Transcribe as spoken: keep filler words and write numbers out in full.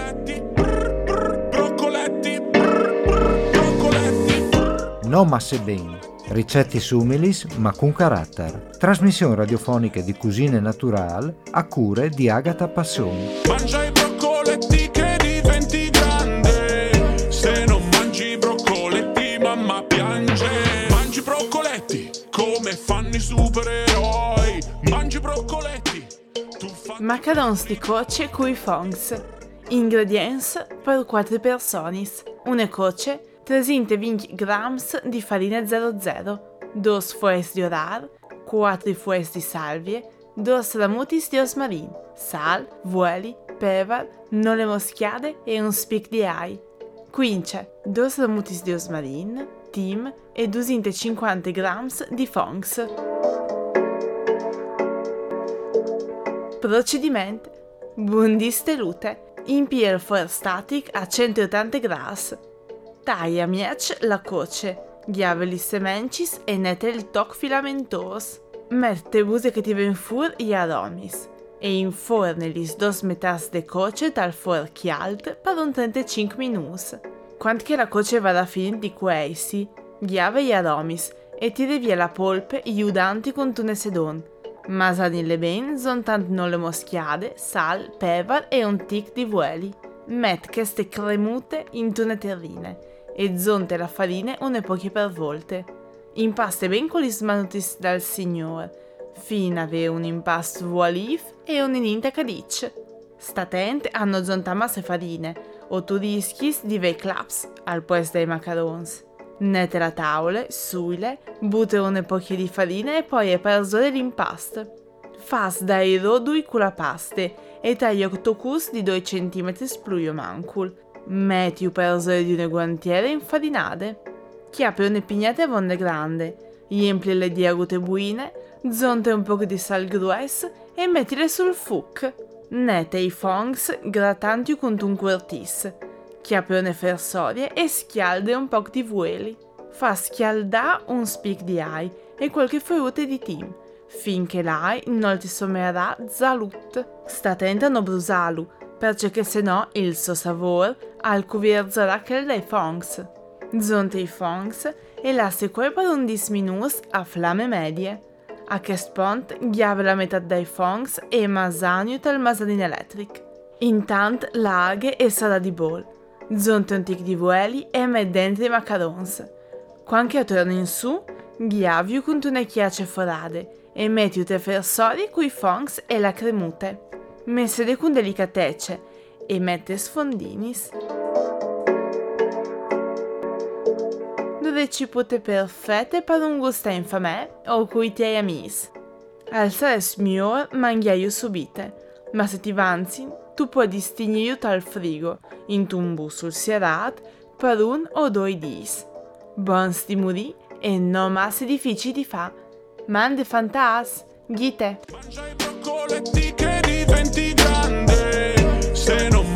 broccoletti, brr, brr, broccoletti, brr, brr, broccoletti. No masse ben, ricetti sumilis ma con carattere. Trasmissione radiofonica di cucine natural a cure di Agata Passoni. Mangia i broccoletti che diventi grande, se non mangi i broccoletti mamma piange. Mangi broccoletti come fanno i supereroi, mangi broccoletti. Tu fa... Macarons di coce cui fongs. Ingredients per quattro persone. Una coce, trecentoventi grams di farina zero zero, due fues di orar, quattro fues di salvie, due ramutis di rosmarin, sal, vuoli, peper, nole moschiate e un spic di ai. Quince, due ramutis di rosmarin, tim e duecentocinquanta grams di fongs. Procedimento. Bundistelute. Impie il fuoco static a centottanta gradi. Taglia miec la coce, ghiaveli semencis e nette il toc filamentos. Mette buse che ti ven fur gli aromis e inforne lis dos metas de coce dal fuor chialt per un trentacinque minuti. Quando che la coce va alla fine di questi, ghiave gli aromis e tira via la polpe iudanti con tune sedon. Masanille ben, zontant non le moschiade, sal, peper e un tic di vueli. Met queste cremute in tune terrine e zonte la farina une poche per volte. Impaste ben con gli smanutis dal signore, fino a avere un impasto vuolif e un'inta cadic. Sta attente a non zontare masse farine, o tu rischi di vei claps al posto dei macarons. Nette la tavola, suile, butta une poche di farina e poi è perso l'impasto. Fas dai rodui con la paste e tagli octocus di due centimetri spluio mancul. Metti un perso di une guantiere infarinate. Chiappi une pignate a vonde grande, riempli le di agute buine, zonte un po' di sal grues e mettile sul fuoc. Nette i fongs grattanti con un quartis. Chiappi une fersorie e schialde un po' di vueli. Fa schialdare un spic di ai e qualche frutte di tim, finché l'ai non ti sommerà zalut. Sta attenta a non brusalu, perché se no il suo sapore alcuvirzerà che dai fongs. Zonte i fongs e lasci quel per un dieci minuti a fiamme medie. A questo punto ghiave la metà dei fongs e masaniut al masarin elettric. Intanto larghe e sarà di bol. Zonte un tic di vueli e met dentro i macarons. Quando torna in su, ghiaviu con una chiacce forade e metti te fersorie coi fongs e la cremute. Messe con delicatezze e mette sfondinis. Due cipute perfette per un gusto infame o coi tuoi amici. Al sares miglior mangiaiu subite, ma se ti vanzi, tu puoi distinguere dal frigo, in un bus sul sierat, per un o due dis. Buon stimoli e non massi difficili di fa. Mande fantas, ghite. Mangia i broccoletti che diventi grande, se non